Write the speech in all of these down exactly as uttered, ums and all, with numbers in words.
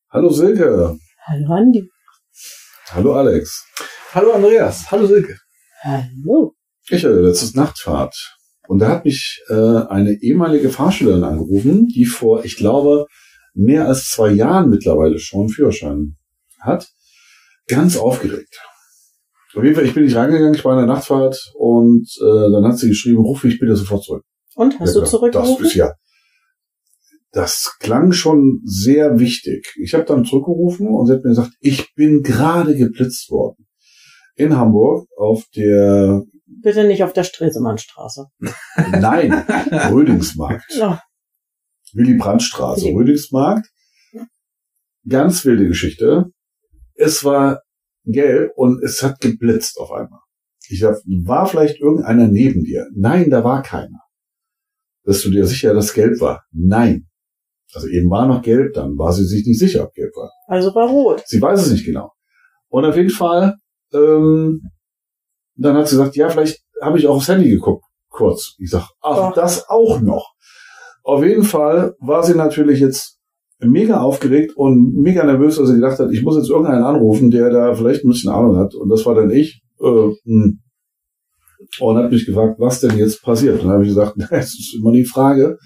Hallo Silke. Hallo Andi. Hallo Alex. Hallo Andreas. Hallo Silke. Hallo. Ich hatte letztes Nachtfahrt und da hat mich äh, eine ehemalige Fahrschülerin angerufen, die vor, ich glaube, mehr als zwei Jahren mittlerweile schon einen Führerschein hat. Ganz aufgeregt. Auf jeden Fall, ich bin nicht rangegangen, ich war in der Nachtfahrt und äh, dann hat sie geschrieben, ruf mich bitte sofort zurück. Und, hast ja, du zurückgerufen? Das ist ja, das klang schon sehr wichtig. Ich habe dann zurückgerufen und sie hat mir gesagt, ich bin gerade geblitzt worden. In Hamburg auf der... Bitte nicht auf der Stresemannstraße. Nein, Rödingsmarkt. Ja. Willy-Brandt-Straße, Willy. Rödingsmarkt. Ganz wilde Geschichte. Es war gelb und es hat geblitzt auf einmal. Ich dachte, war vielleicht irgendeiner neben dir? Nein, da war keiner. Bist du dir sicher, dass gelb war? Nein. Also eben war noch gelb, dann war sie sich nicht sicher, ob gelb war. Also war rot. Sie weiß es nicht genau. Und auf jeden Fall, ähm, dann hat sie gesagt, ja, vielleicht habe ich auch aufs Handy geguckt, kurz. Ich sag, ach, Doch. Das auch noch. Auf jeden Fall war sie natürlich jetzt mega aufgeregt und mega nervös, weil sie gedacht hat, ich muss jetzt irgendeinen anrufen, der da vielleicht ein bisschen Ahnung hat. Und das war dann ich. Äh, hm. Und hat mich gefragt, was denn jetzt passiert. Und dann habe ich gesagt, es ist immer die Frage,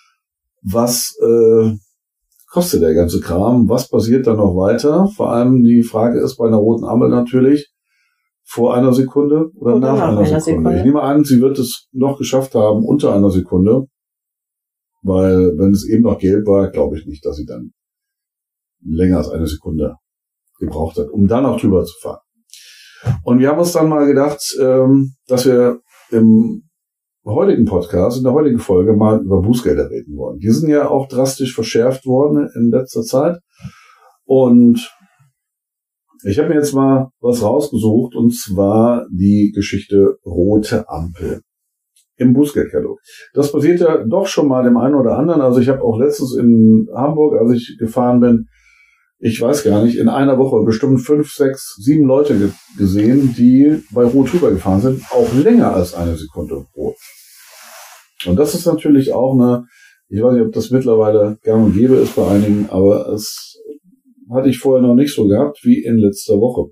was äh, kostet der ganze Kram? Was passiert dann noch weiter? Vor allem die Frage ist bei einer roten Ampel natürlich, vor einer Sekunde oder, oder nach, nach einer, einer Sekunde. Sekunde. Ich nehme an, sie wird es noch geschafft haben unter einer Sekunde, weil wenn es eben noch gelb war, glaube ich nicht, dass sie dann länger als eine Sekunde gebraucht hat, um dann auch drüber zu fahren. Und wir haben uns dann mal gedacht, ähm, dass wir im heutigen Podcast, in der heutigen Folge mal über Bußgelder reden wollen. Die sind ja auch drastisch verschärft worden in letzter Zeit. Und ich habe mir jetzt mal was rausgesucht, und zwar die Geschichte rote Ampel im Bußgeldkatalog. Das passiert ja doch schon mal dem einen oder anderen. Also ich habe auch letztens in Hamburg, als ich gefahren bin, ich weiß gar nicht, in einer Woche bestimmt fünf, sechs, sieben Leute ge- gesehen, die bei Rot rübergefahren sind, auch länger als eine Sekunde rot. Und das ist natürlich auch eine, ich weiß nicht, ob das mittlerweile gang und gäbe ist bei einigen, aber es hatte ich vorher noch nicht so gehabt wie in letzter Woche.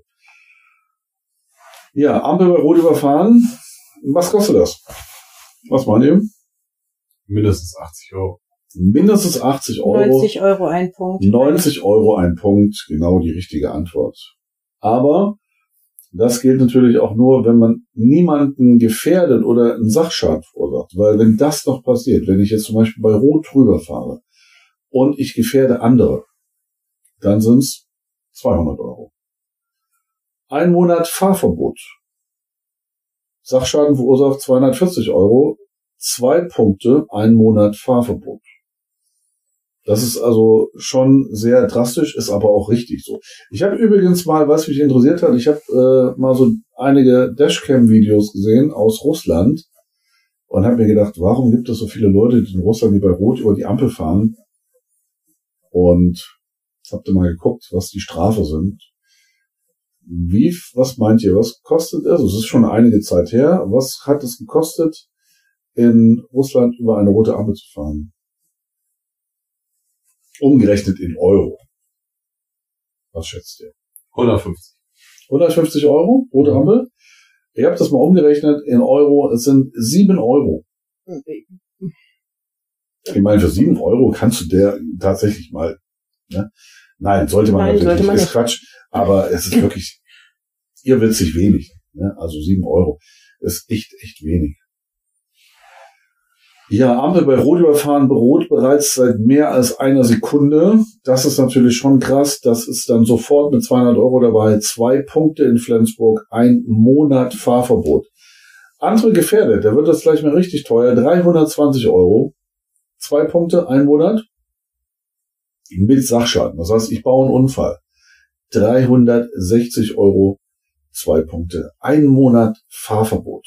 Ja, Ampel bei Rot überfahren. Was kostet das? Was meint ihr? Mindestens achtzig Euro. Mindestens achtzig Euro. neunzig Euro ein Punkt. neunzig Euro ein Punkt, genau die richtige Antwort. Aber das gilt natürlich auch nur, wenn man niemanden gefährdet oder einen Sachschaden verursacht. Weil wenn das noch passiert, wenn ich jetzt zum Beispiel bei Rot drüber fahre und ich gefährde andere, dann sind es zweihundert Euro. Ein Monat Fahrverbot. Sachschaden verursacht zweihundertvierzig Euro. Zwei Punkte, ein Monat Fahrverbot. Das ist also schon sehr drastisch, ist aber auch richtig so. Ich habe übrigens mal, was mich interessiert hat, ich habe äh, mal so einige Dashcam-Videos gesehen aus Russland und habe mir gedacht, warum gibt es so viele Leute in Russland, die bei Rot über die Ampel fahren? Und habt ihr mal geguckt, was die Strafe sind? Wie, was meint ihr, was kostet es? Es ist schon einige Zeit her. Was hat es gekostet, in Russland über eine rote Ampel zu fahren? Umgerechnet in Euro. Was schätzt ihr? hundertfünfzig. hundertfünfzig Euro, rote Mhm. Ampel? Ich habe das mal umgerechnet in Euro. Es sind sieben Euro. Ich meine, für sieben Euro kannst du der tatsächlich mal, ne? Nein, sollte man Nein, natürlich sollte nicht. man Ist nicht. Quatsch. Aber es ist wirklich irrwitzig wenig. Ne? Also sieben Euro ist echt, echt wenig. Ja, Ampel bei Rot überfahren, Rot bereits seit mehr als einer Sekunde. Das ist natürlich schon krass. Das ist dann sofort mit zweihundert Euro dabei. Zwei Punkte in Flensburg, ein Monat Fahrverbot. Andere gefährdet, da wird das gleich mal richtig teuer. dreihundertzwanzig Euro. Zwei Punkte, ein Monat. Mit Sachschaden. Das heißt, ich baue einen Unfall. dreihundertsechzig Euro, zwei Punkte. Ein Monat Fahrverbot.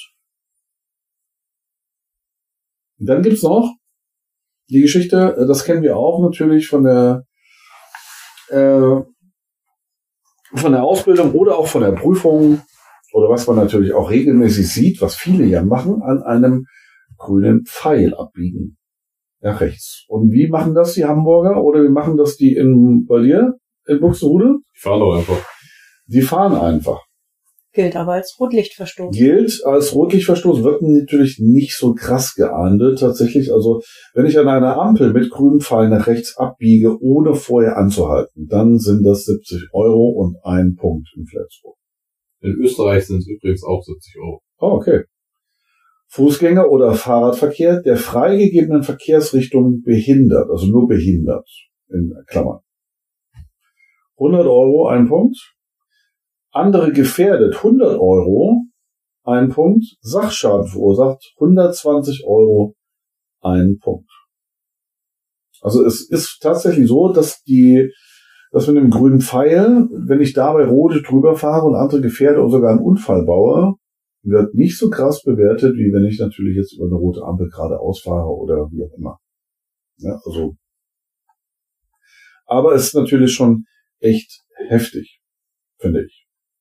Dann gibt's noch die Geschichte, das kennen wir auch natürlich von der äh, von der Ausbildung oder auch von der Prüfung oder was man natürlich auch regelmäßig sieht, was viele ja machen, an einem grünen Pfeil abbiegen. Nach rechts. Und wie machen das die Hamburger oder wie machen das die in bei dir in Buxtehude? Die fahren doch einfach. Die fahren einfach. Gilt aber als Rotlichtverstoß. Gilt als Rotlichtverstoß, wird natürlich nicht so krass geahndet. Tatsächlich, also wenn ich an einer Ampel mit grünem Pfeil nach rechts abbiege, ohne vorher anzuhalten, dann sind das siebzig Euro und ein Punkt in Flensburg. In Österreich sind es übrigens auch siebzig Euro. Oh, okay. Fußgänger- oder Fahrradverkehr der freigegebenen Verkehrsrichtung behindert, also nur behindert, in Klammern. hundert Euro, ein Punkt. Andere gefährdet, hundert Euro, ein Punkt. Sachschaden verursacht, hundertzwanzig Euro, ein Punkt. Also es ist tatsächlich so, dass die, dass mit dem grünen Pfeil, wenn ich da bei Rot drüber fahre und andere gefährde oder sogar einen Unfall baue, wird nicht so krass bewertet, wie wenn ich natürlich jetzt über eine rote Ampel geradeaus fahre oder wie auch immer. Ja, also. Aber es ist natürlich schon echt heftig, finde ich.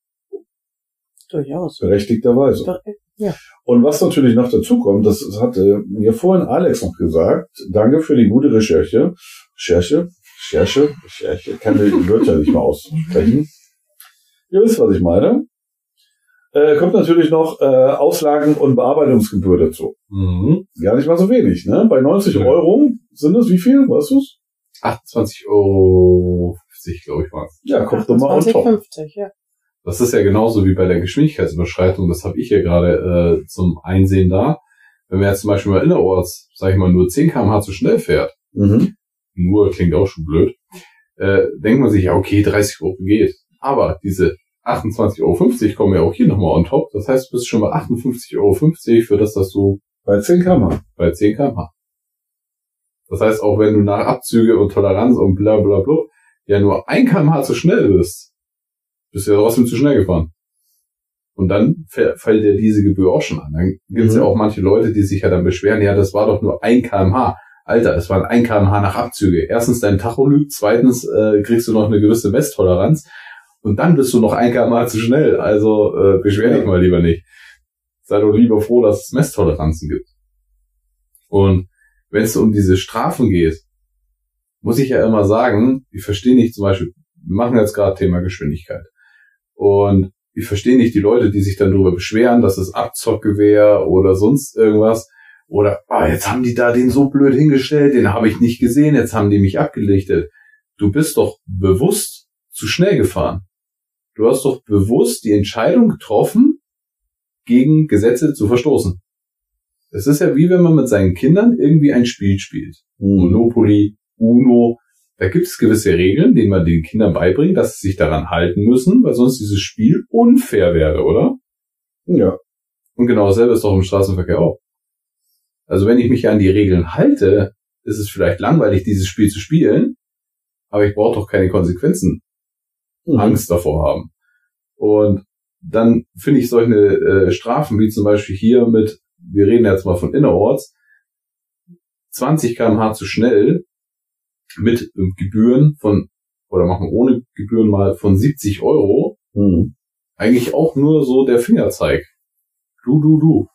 Durchaus. Berechtigterweise. Ja. Und was natürlich noch dazu kommt, das hatte mir vorhin Alex noch gesagt, danke für die gute Recherche. Recherche? Recherche? Recherche? Ich kann die Wörter nicht mal aussprechen. Ihr wisst, was ich meine. Äh, kommt natürlich noch äh, Auslagen- und Bearbeitungsgebühr dazu. Mhm. Gar nicht mal so wenig, ne? Bei neunzig Ja. Euro sind das wie viel? Weißt du's? achtundzwanzig Euro fünfzig, glaube ich, war es. Ja, kommt doch mal on zwanzig top. fünfzig, ja. Das ist ja genauso wie bei der Geschwindigkeitsüberschreitung. Das habe ich ja gerade äh, zum Einsehen da. Wenn man jetzt zum Beispiel mal innerorts, sag ich mal, nur zehn Kilometer pro Stunde zu schnell fährt, Mhm. nur klingt auch schon blöd, äh, denkt man sich, ja okay, dreißig Euro geht. Aber diese achtundzwanzig Euro fünfzig kommen ja auch hier nochmal on top. Das heißt, du bist schon bei achtundfünfzig Euro fünfzig für das, dass du Bei zehn Kilometer pro Stunde. bei zehn Kilometer pro Stunde. Das heißt, auch wenn du nach Abzüge und Toleranz und bla bla bla ja nur ein Kilometer pro Stunde zu schnell bist, bist du ja trotzdem zu schnell gefahren. Und dann fällt dir diese Gebühr auch schon an. Dann gibt es Mhm. ja auch manche Leute, die sich ja dann beschweren, ja, das war doch nur ein Kilometer pro Stunde. Alter, es waren ein Kilometer pro Stunde nach Abzüge. Erstens, dein Tacho lügt, zweitens äh, kriegst du noch eine gewisse Messtoleranz und dann bist du noch ein Kilometer pro Stunde zu schnell. Also äh, beschwer dich Ja. mal lieber nicht. Sei doch lieber froh, dass es Messtoleranzen gibt. Und wenn es um diese Strafen geht, muss ich ja immer sagen, ich verstehe nicht zum Beispiel, wir machen jetzt gerade Thema Geschwindigkeit. Und ich verstehe nicht die Leute, die sich dann darüber beschweren, dass es Abzockgewehr oder sonst irgendwas. Oder, ah, jetzt haben die da den so blöd hingestellt, den habe ich nicht gesehen, jetzt haben die mich abgelichtet. Du bist doch bewusst zu schnell gefahren. Du hast doch bewusst die Entscheidung getroffen, gegen Gesetze zu verstoßen. Es ist ja wie wenn man mit seinen Kindern irgendwie ein Spiel spielt. Mhm. Monopoly, Uno. Da gibt es gewisse Regeln, denen man den Kindern beibringt, dass sie sich daran halten müssen, weil sonst dieses Spiel unfair wäre, oder? Ja. Und genau dasselbe ist doch im Straßenverkehr auch. Also wenn ich mich an die Regeln halte, ist es vielleicht langweilig, dieses Spiel zu spielen, aber ich brauche doch keine Konsequenzen, Mhm. Angst davor haben. Und dann finde ich solche äh, Strafen, wie zum Beispiel hier mit, wir reden jetzt mal von innerorts, zwanzig Kilometer pro Stunde zu schnell, mit ähm, Gebühren von, oder machen wir ohne Gebühren mal von siebzig Euro, Mhm. eigentlich auch nur so der Fingerzeig. Du, du, du.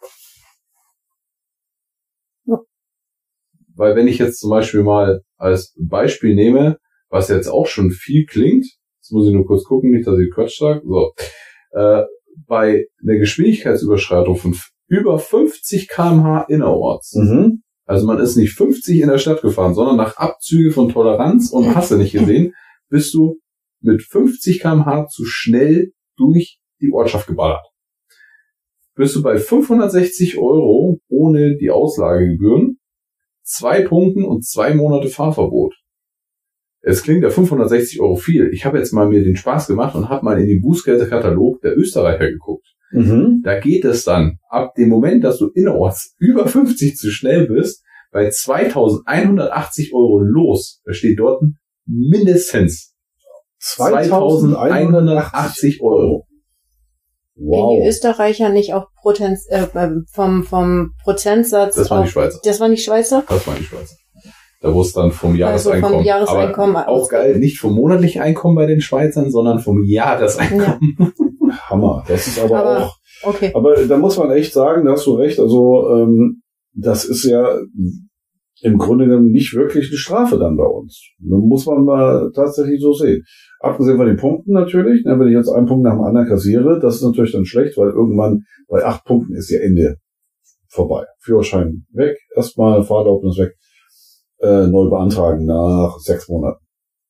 Ja. Weil wenn ich jetzt zum Beispiel mal als Beispiel nehme, was jetzt auch schon viel klingt, jetzt muss ich nur kurz gucken, nicht, dass ich Quatsch sage, so, äh, bei einer Geschwindigkeitsüberschreitung von f- über fünfzig Kilometer pro Stunde innerorts, Mhm. also man ist nicht fünfzig in der Stadt gefahren, sondern nach Abzüge von Toleranz und hast du nicht gesehen, bist du mit fünfzig Kilometer pro Stunde zu schnell durch die Ortschaft geballert. Bist du bei fünfhundertsechzig Euro ohne die Auslagegebühren, zwei Punkten und zwei Monate Fahrverbot. Es klingt ja fünfhundertsechzig Euro viel. Ich habe jetzt mal mir den Spaß gemacht und habe mal in den Bußgeldkatalog der Österreicher geguckt. Mhm. Da geht es dann ab dem Moment, dass du innerorts über fünfzig zu schnell bist, bei zweitausendeinhundertachtzig Euro los. Da steht dort mindestens zweitausendeinhundertachtzig Euro. Wow. Die Österreicher nicht auch Potenz, äh, vom, vom Prozentsatz. Das waren die auf- Schweizer. Das waren die Schweizer? Das waren die Schweizer. Da wo es dann vom Also Jahreseinkommen. vom Jahreseinkommen Aber auch aus- geil, nicht vom monatlichen Einkommen bei den Schweizern, sondern vom Jahreseinkommen. Hammer. Das ist aber, Aber- auch, Okay. aber da muss man echt sagen, da hast du recht, also, ähm, das ist ja, im Grunde genommen nicht wirklich eine Strafe dann bei uns. Muss man mal tatsächlich so sehen. Abgesehen von den Punkten natürlich, wenn ich jetzt einen Punkt nach dem anderen kassiere, das ist natürlich dann schlecht, weil irgendwann bei acht Punkten ist ja Ende vorbei. Führerschein weg, erstmal Fahrerlaubnis weg, äh, neu beantragen nach sechs Monaten.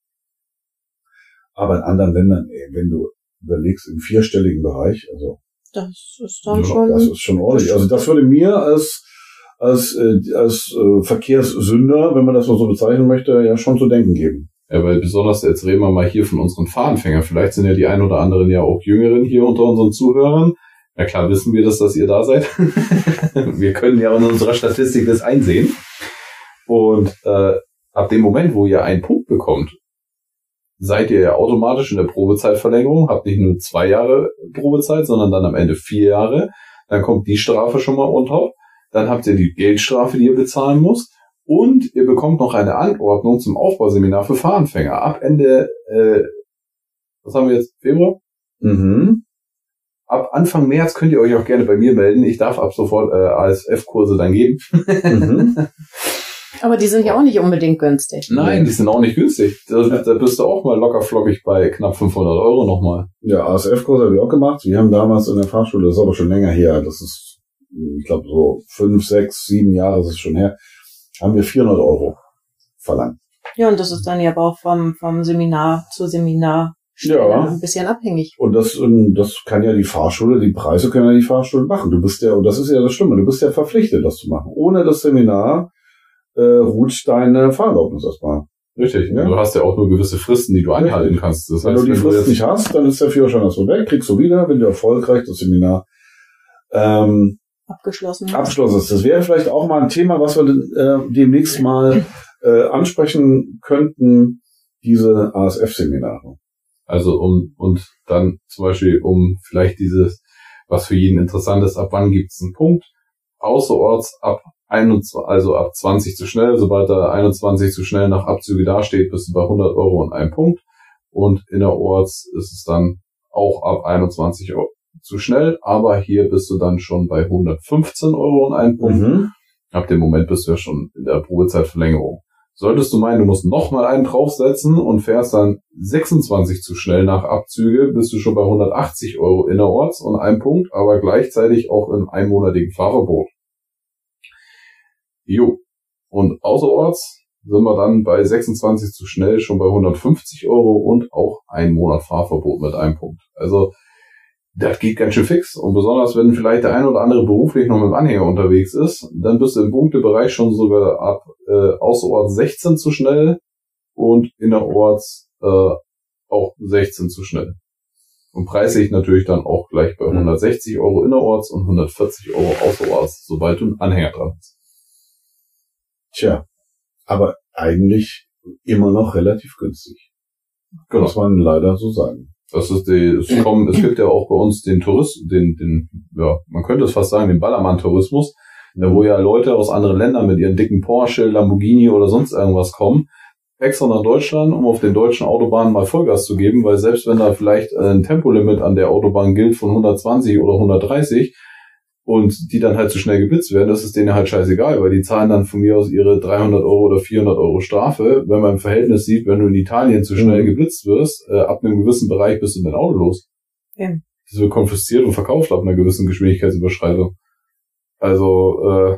Aber in anderen Ländern, ey, wenn du überlegst, im vierstelligen Bereich, also das ist dann ja, schon... Das ist schon ordentlich. Also das würde mir als als äh, als äh, Verkehrssünder, wenn man das mal so bezeichnen möchte, ja schon zu denken geben. Ja, weil besonders jetzt reden wir mal hier von unseren Fahranfängern. Vielleicht sind ja die ein oder anderen ja auch Jüngeren hier unter unseren Zuhörern. Ja klar wissen wir das, dass ihr da seid. Wir können ja in unserer Statistik das einsehen. Und äh, ab dem Moment, wo ihr einen Punkt bekommt, seid ihr ja automatisch in der Probezeitverlängerung, habt nicht nur zwei Jahre Probezeit, sondern dann am Ende vier Jahre. Dann kommt die Strafe schon mal on top. Dann habt ihr die Geldstrafe, die ihr bezahlen müsst. Und ihr bekommt noch eine Anordnung zum Aufbauseminar für Fahranfänger. Ab Ende, äh, was haben wir jetzt, Februar? Mhm. Ab Anfang März könnt ihr euch auch gerne bei mir melden. Ich darf ab sofort äh, A S F-Kurse dann geben. Mhm. Aber die sind ja auch nicht unbedingt günstig. Nein, die sind auch nicht günstig. Da, da bist du auch mal locker flockig bei knapp fünfhundert Euro nochmal. Ja, A S F-Kurse habe ich auch gemacht. Wir haben damals in der Fahrschule, das ist aber schon länger her, das ist, ich glaube so fünf, sechs, sieben Jahre ist es schon her, haben wir vierhundert Euro verlangt. Ja, und das ist dann ja aber auch vom, vom Seminar zu Seminar ja. ein bisschen abhängig. Und das, das kann ja die Fahrschule, die Preise können ja die Fahrschule machen. Du bist ja, und das ist ja das Schlimme, du bist ja verpflichtet, das zu machen. Ohne das Seminar äh, ruht deine Fahrerlaubnis erstmal. Richtig, ja? Du hast ja auch nur gewisse Fristen, die du einhalten kannst. Das wenn heißt, du die wenn Frist du jetzt nicht hast, dann ist der Führerschein erstmal weg, kriegst du wieder, wenn du erfolgreich das Seminar ähm, abgeschlossen abgeschlossen ist. Das wäre vielleicht auch mal ein Thema, was wir äh, demnächst mal äh, ansprechen könnten, diese A S F-Seminare. Also um, und dann zum Beispiel um vielleicht dieses, was für jeden interessant ist, ab wann gibt es einen Punkt, außerorts ab einundzwanzig, also ab zwanzig zu schnell, sobald da einundzwanzig zu schnell nach Abzüge dasteht, bist du bei hundert Euro und einem Punkt, und innerorts ist es dann auch ab einundzwanzig Euro zu schnell, aber hier bist du dann schon bei hundertfünfzehn Euro und einem Punkt. Mhm. Ab dem Moment bist du ja schon in der Probezeitverlängerung. Solltest du meinen, du musst nochmal einen draufsetzen und fährst dann sechsundzwanzig zu schnell nach Abzüge, bist du schon bei hundertachtzig Euro innerorts und einem Punkt, aber gleichzeitig auch in einmonatigen Fahrverbot. Jo. Und außerorts sind wir dann bei sechsundzwanzig zu schnell schon bei hundertfünfzig Euro und auch ein Monat Fahrverbot mit einem Punkt. Also das geht ganz schön fix. Und besonders, wenn vielleicht der ein oder andere beruflich noch mit dem Anhänger unterwegs ist, dann bist du im Punktebereich schon sogar ab äh, außerorts sechzehn zu schnell und innerorts äh, auch sechzehn zu schnell. Und preislich natürlich dann auch gleich bei hundertsechzig Euro innerorts und hundertvierzig Euro außerorts, sobald du einen Anhänger dran hast. Tja, aber eigentlich immer noch relativ günstig. Genau. Muss man leider so sagen. Das ist die, es kommen, es gibt ja auch bei uns den Tourist, den, den, ja, man könnte es fast sagen, den Ballermann-Tourismus, da wo ja Leute aus anderen Ländern mit ihren dicken Porsche, Lamborghini oder sonst irgendwas kommen, extra nach Deutschland, um auf den deutschen Autobahnen mal Vollgas zu geben, weil selbst wenn da vielleicht ein Tempolimit an der Autobahn gilt von hundertzwanzig oder hundertdreißig und die dann halt zu schnell geblitzt werden, das ist denen halt scheißegal, weil die zahlen dann von mir aus ihre dreihundert Euro oder vierhundert Euro Strafe, wenn man im Verhältnis sieht, wenn du in Italien zu schnell geblitzt wirst, äh, ab einem gewissen Bereich bist du mit dein Auto los. Ja. Das wird konfisziert und verkauft ab einer gewissen Geschwindigkeitsüberschreitung. Also, äh,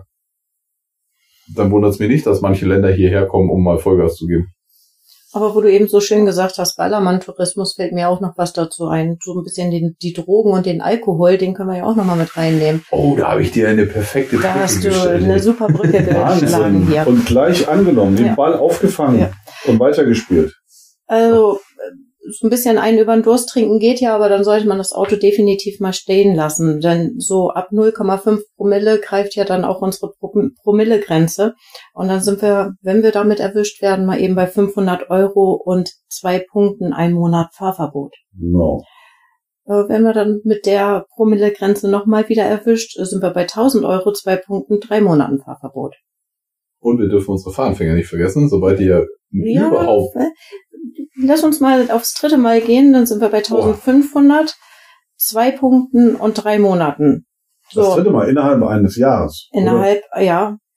dann wundert es mich nicht, dass manche Länder hierher kommen, um mal Vollgas zu geben. Aber wo du eben so schön gesagt hast, Ballermann-Tourismus, fällt mir auch noch was dazu ein. So ein bisschen den, die Drogen und den Alkohol, den können wir ja auch nochmal mit reinnehmen. Oh, da habe ich dir eine perfekte Brücke Da hast du gestellt. eine super Brücke geschlagen hier. Und gleich angenommen, den Ja. Ball aufgefangen Ja. und weitergespielt. Also so ein bisschen einen über den Durst trinken geht ja, aber dann sollte man das Auto definitiv mal stehen lassen. Denn so ab null Komma fünf Promille greift ja dann auch unsere Promillegrenze. Und dann sind wir, wenn wir damit erwischt werden, mal eben bei fünfhundert Euro und zwei Punkten ein Monat Fahrverbot. No. Äh, Wenn wir dann mit der Promillegrenze nochmal wieder erwischt, sind wir bei tausend Euro, zwei Punkten, drei Monaten Fahrverbot. Und wir dürfen unsere Fahranfänger nicht vergessen, sobald die ja, Ja, überhaupt... äh, lass uns mal aufs dritte Mal gehen, dann sind wir bei eintausendfünfhundert, zwei Punkten und drei Monaten. So, Das dritte Mal innerhalb eines Jahres. innerhalb, oder? Ja,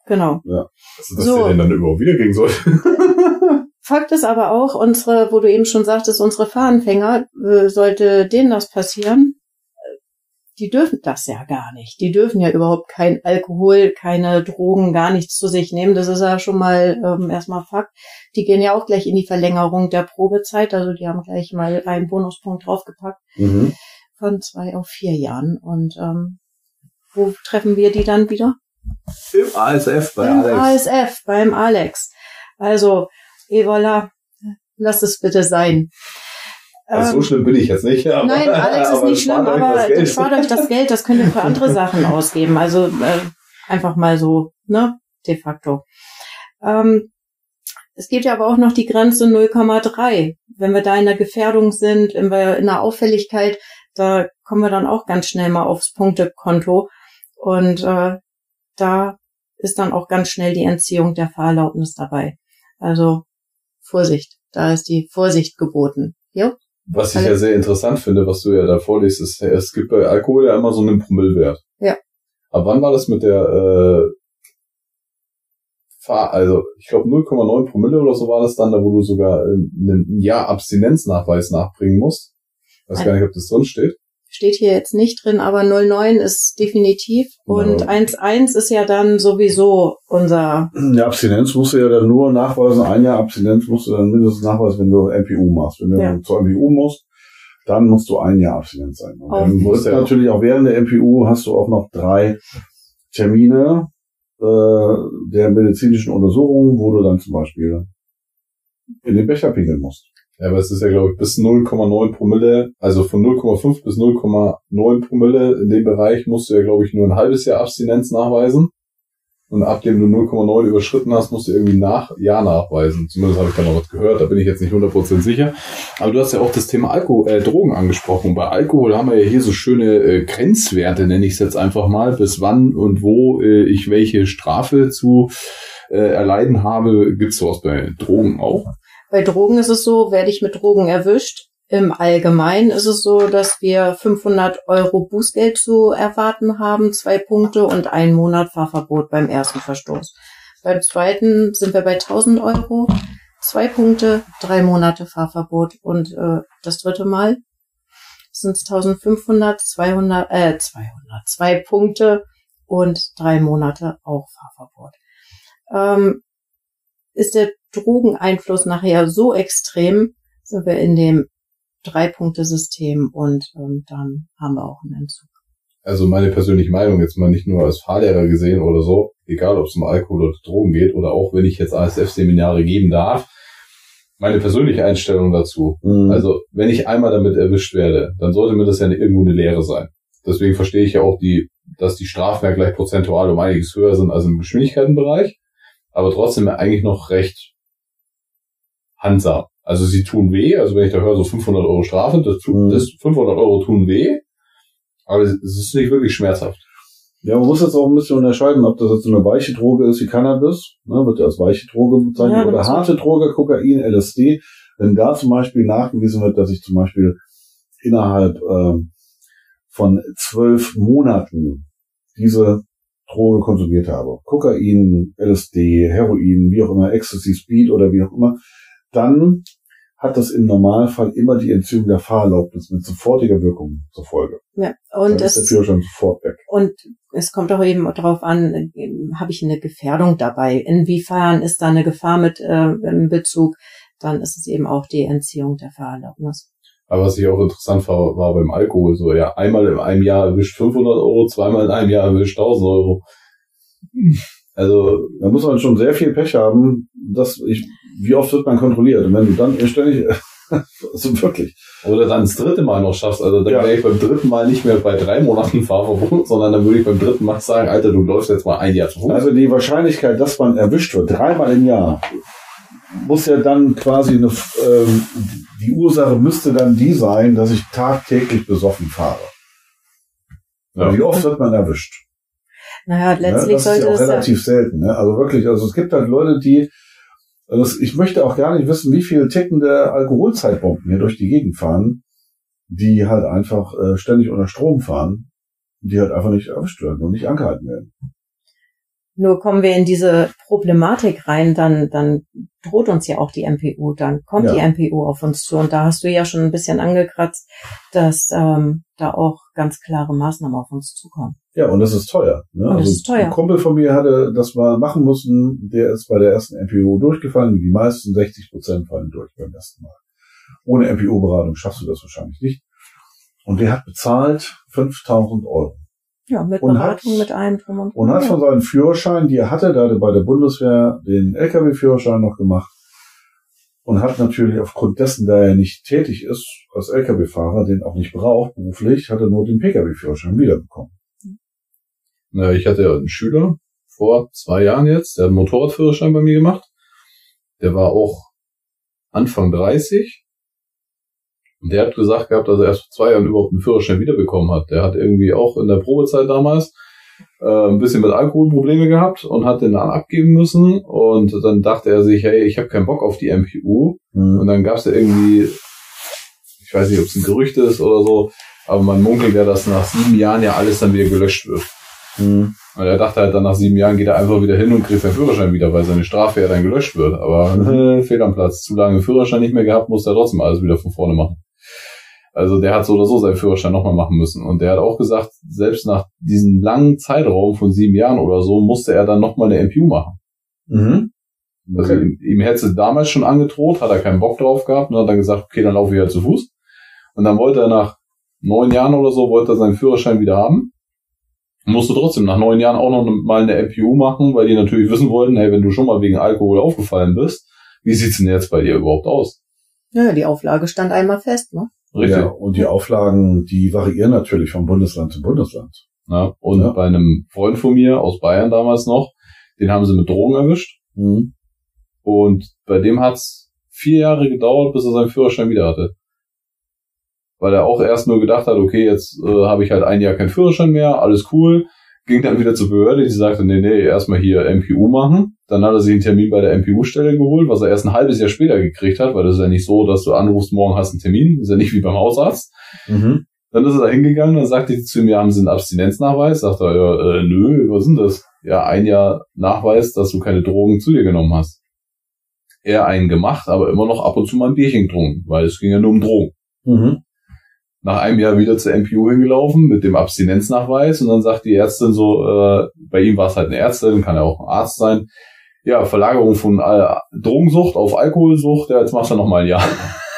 Genau. Ja. Also, dass So. der den dann überhaupt wieder kriegen soll. Fakt ist aber auch, unsere, wo du eben schon sagtest, unsere Fahranfänger, äh, sollte denen das passieren, äh, die dürfen das ja gar nicht. Die dürfen ja überhaupt kein Alkohol, keine Drogen, gar nichts zu sich nehmen. Das ist ja schon mal ähm, erstmal Fakt. Die gehen ja auch gleich in die Verlängerung der Probezeit. Also die haben gleich mal einen Bonuspunkt draufgepackt Mhm. von zwei auf vier Jahren. Und ähm, wo treffen wir die dann wieder? Im A S F bei Im Alex. A S F, beim Alex. Also, et voilà, lass es bitte sein. Also so Ähm, schlimm bin ich jetzt nicht. Aber, Nein, Alex ist aber nicht schlimm, spart euch aber das Geld. das spart euch das Geld, das könnt ihr für andere Sachen ausgeben. Also äh, einfach mal so, ne, de facto. Ähm, es gibt ja aber auch noch die Grenze null Komma drei. Wenn wir da in der Gefährdung sind, wenn wir in der Auffälligkeit, da kommen wir dann auch ganz schnell mal aufs Punktekonto. Und äh, da ist dann auch ganz schnell die Entziehung der Fahrerlaubnis dabei. Also Vorsicht, da ist die Vorsicht geboten. Jo? Was ich Alle- ja sehr interessant finde, was du ja da vorliest, ist, es gibt bei Alkohol ja immer so einen Promillewert. Ja. Aber wann war das mit der äh, Fahr, also ich glaube null Komma neun Promille oder so war das dann, da wo du sogar äh, einen Jahr Abstinenznachweis nachbringen musst. Weiß gar nicht, ob das drin steht. Steht hier jetzt nicht drin, aber null Komma neun ist definitiv. Und Ja. eins Komma eins ist ja dann sowieso unser, Ja, Abstinenz musst du ja dann nur nachweisen. Ein Jahr Abstinenz musst du dann mindestens nachweisen, wenn du M P U machst. Wenn du Ja. zur M P U musst, dann musst du ein Jahr Abstinenz sein. Und Auf- dann musst du Ja. natürlich auch während der M P U hast du auch noch drei Termine äh, der medizinischen Untersuchungen, wo du dann zum Beispiel in den Becher pinkeln musst. Ja, aber es ist ja, glaube ich, bis null Komma neun Promille, also von null Komma fünf bis null Komma neun Promille in dem Bereich musst du ja, glaube ich, nur ein halbes Jahr Abstinenz nachweisen. Und ab dem du null Komma neun überschritten hast, musst du irgendwie nach Jahr nachweisen. Zumindest habe ich da noch was gehört, da bin ich jetzt nicht hundert Prozent sicher. Aber du hast ja auch das Thema Alkohol, äh, Drogen angesprochen. Bei Alkohol haben wir ja hier so schöne äh, Grenzwerte, nenne ich es jetzt einfach mal, bis wann und wo äh, ich welche Strafe zu äh, erleiden habe. Gibt's sowas bei Drogen auch? bei Drogen ist es so, werde ich mit Drogen erwischt. Im Allgemeinen ist es so, dass wir fünfhundert Euro Bußgeld zu erwarten haben, zwei Punkte und einen Monat Fahrverbot beim ersten Verstoß. Beim zweiten sind wir bei tausend Euro, zwei Punkte, drei Monate Fahrverbot und äh, das dritte Mal sind es eintausendfünfhundert, zweihundert, äh, zweihundert, zwei Punkte und drei Monate auch Fahrverbot. Ähm, ist der Drogeneinfluss nachher so extrem, sind wir in dem Drei-Punkte-System und ähm, dann haben wir auch einen Entzug. Also meine persönliche Meinung, jetzt mal nicht nur als Fahrlehrer gesehen oder so, egal ob es um Alkohol oder Drogen geht oder auch wenn ich jetzt A S F-Seminare geben darf, meine persönliche Einstellung dazu. Mhm. Also wenn ich einmal damit erwischt werde, dann sollte mir das ja irgendwo eine Lehre sein. Deswegen verstehe ich ja auch, die, dass die Strafen ja gleich prozentual um einiges höher sind als im Geschwindigkeitenbereich, aber trotzdem eigentlich noch recht handsam. Also sie tun weh, also wenn ich da höre, so fünfhundert Euro Strafe, das, tut, Mhm. das fünfhundert Euro tun weh, aber es ist nicht wirklich schmerzhaft. Ja, man muss jetzt auch ein bisschen unterscheiden, ob das jetzt eine weiche Droge ist wie Cannabis, ne, wird ja als weiche Droge bezeichnet, Ja, oder das harte Droge, Kokain, L S D. Wenn da zum Beispiel nachgewiesen wird, dass ich zum Beispiel innerhalb ähm, von zwölf Monaten diese Droge konsumiert habe, Kokain, L S D, Heroin, wie auch immer, Ecstasy, Speed oder wie auch immer, dann hat das im Normalfall immer die Entziehung der Fahrerlaubnis mit sofortiger Wirkung zur Folge. Ja, Dann und ist der es Führerschein sofort weg. und es kommt auch eben darauf an, äh, habe ich eine Gefährdung dabei? Inwiefern ist da eine Gefahr mit äh, im Bezug? Dann ist es eben auch die Entziehung der Fahrerlaubnis. Aber was ich auch interessant war, war beim Alkohol so, ja, einmal in einem Jahr erwischt fünfhundert Euro, zweimal in einem Jahr erwischt tausend Euro. Also, Da muss man schon sehr viel Pech haben, dass ich, wie oft wird man kontrolliert? Und wenn du dann ständig, also wirklich. oder dann das dritte Mal noch schaffst, also dann Ja. wäre ich beim dritten Mal nicht mehr bei drei Monaten Fahrverbot, sondern dann würde ich beim dritten Mal sagen, Alter, du läufst jetzt mal ein Jahr zu Fuß. Also die Wahrscheinlichkeit, dass man erwischt wird, dreimal im Jahr, muss ja dann quasi eine, ähm, die Ursache müsste dann die sein, dass ich tagtäglich besoffen fahre. Ja. Wie oft wird man erwischt? Naja, letztlich ne? Das ist sollte ja auch es ja, relativ selten. Ne? Also wirklich, also es gibt halt Leute, die, also das, ich möchte auch gar nicht wissen, wie viele tickende Alkoholzeitbomben hier durch die Gegend fahren, die halt einfach äh, ständig unter Strom fahren, die halt einfach nicht erwischt werden und nicht angehalten werden. Nur kommen wir in diese Problematik rein, dann dann droht uns ja auch die M P U, dann kommt Ja. die M P U auf uns zu. Und da hast du ja schon ein bisschen angekratzt, dass ähm, da auch ganz klare Maßnahmen auf uns zukommen. Ja, und das ist teuer. Ne? Und das also ist teuer. Ein Kumpel von mir hatte das mal machen müssen, der ist bei der ersten M P U durchgefallen, wie die meisten, sechzig Prozent fallen durch beim ersten Mal. Ohne M P U-Beratung schaffst du das wahrscheinlich nicht. Und der hat bezahlt fünftausend Euro. Ja, mit Und Beratung, hat- mit allem drum und Und hat von seinem Führerschein, die er hatte, da hat er bei der Bundeswehr den L K W-Führerschein noch gemacht. Und hat natürlich aufgrund dessen, da er nicht tätig ist als L K W-Fahrer, den auch nicht braucht beruflich, hat er nur den P K W-Führerschein wiederbekommen. Ja, ich hatte ja einen Schüler vor zwei Jahren jetzt, der hat einen Motorradführerschein bei mir gemacht. Der war auch Anfang dreißig. Und der hat gesagt gehabt, dass er erst vor zwei Jahren überhaupt einen Führerschein wiederbekommen hat. Der hat irgendwie auch in der Probezeit damals äh, ein bisschen mit Alkoholprobleme gehabt und hat den dann abgeben müssen. Und dann dachte er sich, hey, ich habe keinen Bock auf die M P U. Mhm. Und dann gab es ja irgendwie, ich weiß nicht, ob es ein Gerücht ist oder so, aber man munkelt ja, dass nach sieben Jahren ja alles dann wieder gelöscht wird. Mhm. Und er dachte halt, dann nach sieben Jahren geht er einfach wieder hin und kriegt seinen Führerschein wieder, weil seine Strafe ja dann gelöscht wird. Aber äh, fehl am Platz. Zu lange Führerschein nicht mehr gehabt, muss er trotzdem alles wieder von vorne machen. Also der hat so oder so seinen Führerschein nochmal machen müssen. Und der hat auch gesagt, selbst nach diesem langen Zeitraum von sieben Jahren oder so, musste er dann nochmal eine M P U machen. Mhm. Also Okay. ihm, ihm hätte es damals schon angedroht, hat er keinen Bock drauf gehabt und hat dann gesagt, okay, dann laufe ich halt zu Fuß. Und dann wollte er nach neun Jahren oder so, wollte er seinen Führerschein wieder haben. Musste trotzdem nach neun Jahren auch noch mal eine M P U machen, weil die natürlich wissen wollten, hey, wenn du schon mal wegen Alkohol aufgefallen bist, wie sieht's denn jetzt bei dir überhaupt aus? Ja, die Auflage stand einmal fest, ne? Richtig. Ja, und die Auflagen, die variieren natürlich von Bundesland zu Bundesland. Ja, und Ja. bei einem Freund von mir aus Bayern damals noch, den haben sie mit Drogen erwischt. Mhm. Und bei dem hat's vier Jahre gedauert, bis er seinen Führerschein wieder hatte. Weil er auch erst nur gedacht hat, okay, jetzt äh, habe ich halt ein Jahr keinen Führerschein mehr, alles cool. Ging dann wieder zur Behörde, die sagte, nee, nee, erstmal hier M P U machen. Dann hat er sich einen Termin bei der M P U-Stelle geholt, was er erst ein halbes Jahr später gekriegt hat, weil das ist ja nicht so, dass du anrufst, morgen hast einen Termin. Das ist ja nicht wie beim Hausarzt. Mhm. Dann ist er da hingegangen, dann sagte die zu mir, haben Sie einen Abstinenznachweis? Sagt er, ja, äh, nö, was sind das? Ja, ein Jahr Nachweis, dass du keine Drogen zu dir genommen hast. Er einen gemacht, aber immer noch ab und zu mal ein Bierchen getrunken, weil es ging ja nur um Drogen. Mhm. Nach einem Jahr wieder zur M P U hingelaufen mit dem Abstinenznachweis und dann sagt die Ärztin so, äh, bei ihm war es halt eine Ärztin, kann ja auch ein Arzt sein, ja, Verlagerung von äh, Drogensucht auf Alkoholsucht, ja, jetzt machst du noch mal ein Jahr.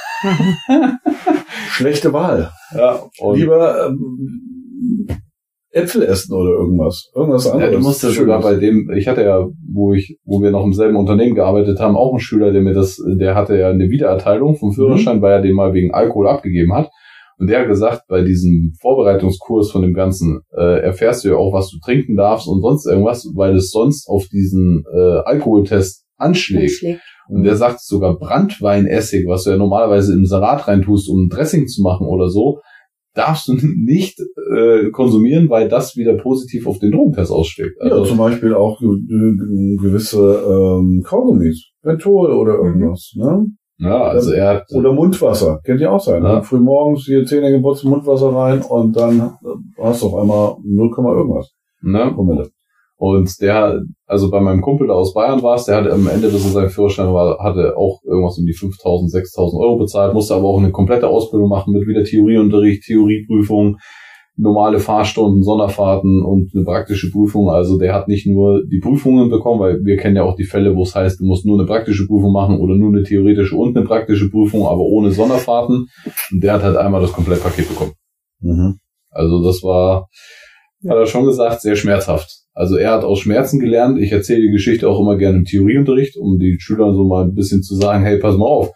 Schlechte Wahl. Ja, und Lieber ähm, Äpfel essen oder irgendwas. Irgendwas ja, anderes. du musst ja sogar bei dem, ich hatte ja, wo ich, wo wir noch im selben Unternehmen gearbeitet haben, auch einen Schüler, der mir das, der hatte ja eine Wiedererteilung vom Führerschein, weil er den mal wegen Alkohol abgegeben hat. Und der hat gesagt, bei diesem Vorbereitungskurs von dem Ganzen äh, erfährst du ja auch, was du trinken darfst und sonst irgendwas, weil es sonst auf diesen äh, Alkoholtest anschlägt. Schlägt. Und der sagt sogar Branntweinessig, was du ja normalerweise im Salat reintust, um ein Dressing zu machen oder so, darfst du nicht äh, konsumieren, weil das wieder positiv auf den Drogentest ausschlägt. Also, Ja, zum Beispiel auch ge ge gewisse ähm, Kaugummis, Menthol oder irgendwas. Ne? ja, also er hat Oder Mundwasser, kennt ihr auch sein. Ja. Ne? Früh morgens hier Zähne geputzt, Mundwasser rein und dann äh, hast du auf einmal null, irgendwas. ne? Promille. Und der, also bei meinem Kumpel da aus Bayern war es, der hatte am Ende, bis er seinen Führerschein war, hatte auch irgendwas um die fünftausend, sechstausend Euro bezahlt, musste aber auch eine komplette Ausbildung machen mit wieder Theorieunterricht, Theorieprüfung, normale Fahrstunden, Sonderfahrten und eine praktische Prüfung. Also der hat nicht nur die Prüfungen bekommen, weil wir kennen ja auch die Fälle, wo es heißt, du musst nur eine praktische Prüfung machen oder nur eine theoretische und eine praktische Prüfung, aber ohne Sonderfahrten. Und der hat halt einmal das Komplettpaket bekommen. Mhm. Also das war, hat er schon gesagt, sehr schmerzhaft. Also er hat aus Schmerzen gelernt. Ich erzähle die Geschichte auch immer gerne im Theorieunterricht, um die Schüler so mal ein bisschen zu sagen, hey, pass mal auf.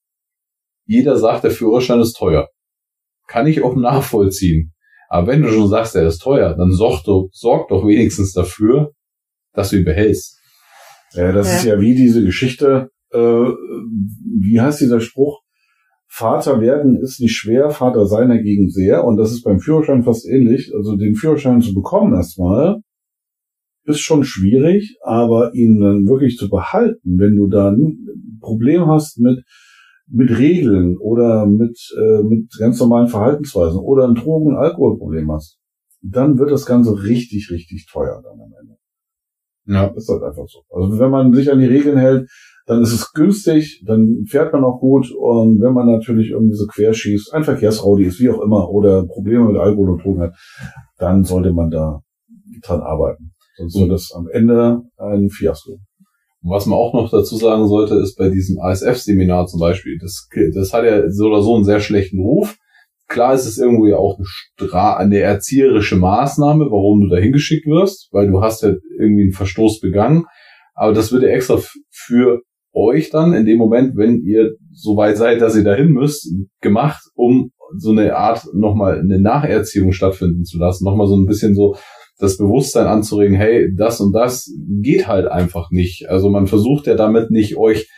Jeder sagt, der Führerschein ist teuer. Kann ich auch nachvollziehen. Aber wenn du schon sagst, der ist teuer, dann sorg doch, sorg doch wenigstens dafür, dass du ihn behältst. Ja, das Ja. ist ja wie diese Geschichte, äh, wie heißt dieser Spruch? Vater werden ist nicht schwer, Vater sein dagegen sehr. Und das ist beim Führerschein fast ähnlich. Also den Führerschein zu bekommen erstmal ist schon schwierig, aber ihn dann wirklich zu behalten, wenn du dann ein Problem hast mit mit Regeln oder mit äh, mit ganz normalen Verhaltensweisen oder ein Drogen- und Alkoholproblem hast, dann wird das Ganze richtig, richtig teuer dann am Ende. Ja. Das ist halt einfach so. Also wenn man sich an die Regeln hält, dann ist es günstig, dann fährt man auch gut. Und wenn man natürlich irgendwie so querschießt, ein Verkehrsraudi ist, wie auch immer, oder Probleme mit Alkohol und Drogen hat, dann sollte man da dran arbeiten. Sonst wird das am Ende ein Fiasko. Und was man auch noch dazu sagen sollte, ist bei diesem A S F-Seminar zum Beispiel, das, das hat ja so oder so einen sehr schlechten Ruf. Klar ist es irgendwo ja auch eine, Stra- eine erzieherische Maßnahme, warum du da hingeschickt wirst, weil du hast ja irgendwie einen Verstoß begangen. Aber das wird ja extra f- für euch dann in dem Moment, wenn ihr so weit seid, dass ihr dahin müsst, gemacht, um so eine Art nochmal eine Nacherziehung stattfinden zu lassen. Nochmal so ein bisschen so das Bewusstsein anzuregen, hey, das und das geht halt einfach nicht. Also man versucht ja damit nicht euch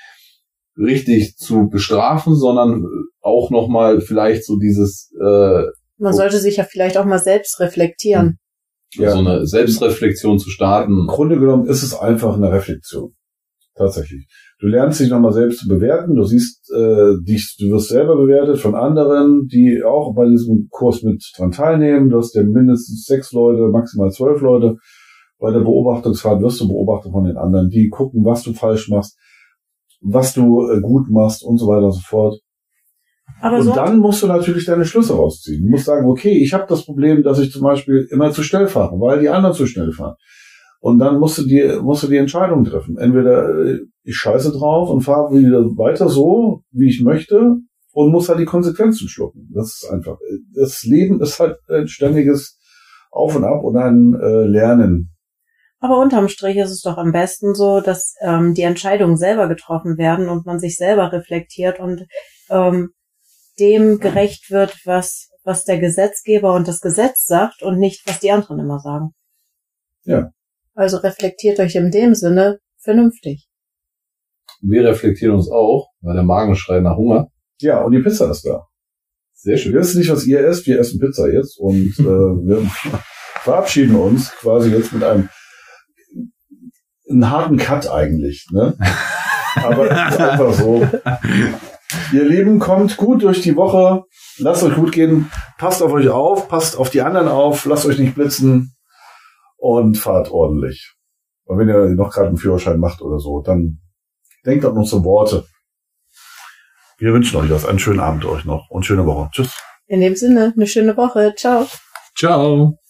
richtig zu bestrafen, sondern auch nochmal vielleicht so dieses... Äh, Man sollte sich ja vielleicht auch mal selbst reflektieren. Ja. So eine Selbstreflexion zu starten. Im Grunde genommen ist es einfach eine Reflexion. Tatsächlich. Du lernst dich nochmal selbst zu bewerten. Du siehst äh, dich, du wirst selber bewertet von anderen, die auch bei diesem Kurs mit dran teilnehmen. Du hast ja mindestens sechs Leute, maximal zwölf Leute. Bei der Beobachtungsfahrt wirst du beobachtet von den anderen, die gucken, was du falsch machst, was du äh, gut machst und so weiter und so fort. Aber und so dann musst du natürlich deine Schlüsse rausziehen. Du musst sagen, okay, ich habe das Problem, dass ich zum Beispiel immer zu schnell fahre, weil die anderen zu schnell fahren. Und dann musst du die, musst du die Entscheidung treffen. Entweder ich scheiße drauf und fahre wieder weiter so, wie ich möchte, und muss halt die Konsequenzen schlucken. Das ist einfach, das Leben ist halt ein ständiges Auf und Ab und ein äh, Lernen. Aber unterm Strich ist es doch am besten so, dass ähm, die Entscheidungen selber getroffen werden und man sich selber reflektiert und ähm, dem gerecht wird, was was der Gesetzgeber und das Gesetz sagt und nicht, was die anderen immer sagen. Ja. Also reflektiert euch in dem Sinne vernünftig. Wir reflektieren uns auch, weil der Magen schreit nach Hunger. Ja, und die Pizza ist da. Sehr schön. Wir wissen nicht, was ihr esst, wir essen Pizza jetzt und äh, wir verabschieden uns quasi jetzt mit einem einen harten Cut eigentlich, ne? Aber es ist einfach so. Ihr Lieben, kommt gut durch die Woche, lasst euch gut gehen, passt auf euch auf, passt auf die anderen auf, lasst euch nicht blitzen und fahrt ordentlich. Und wenn ihr noch gerade einen Führerschein macht oder so, dann denkt an unsere Worte. Wir wünschen euch das. Einen schönen Abend euch noch und schöne Woche. Tschüss. In dem Sinne, eine schöne Woche. Ciao. Ciao.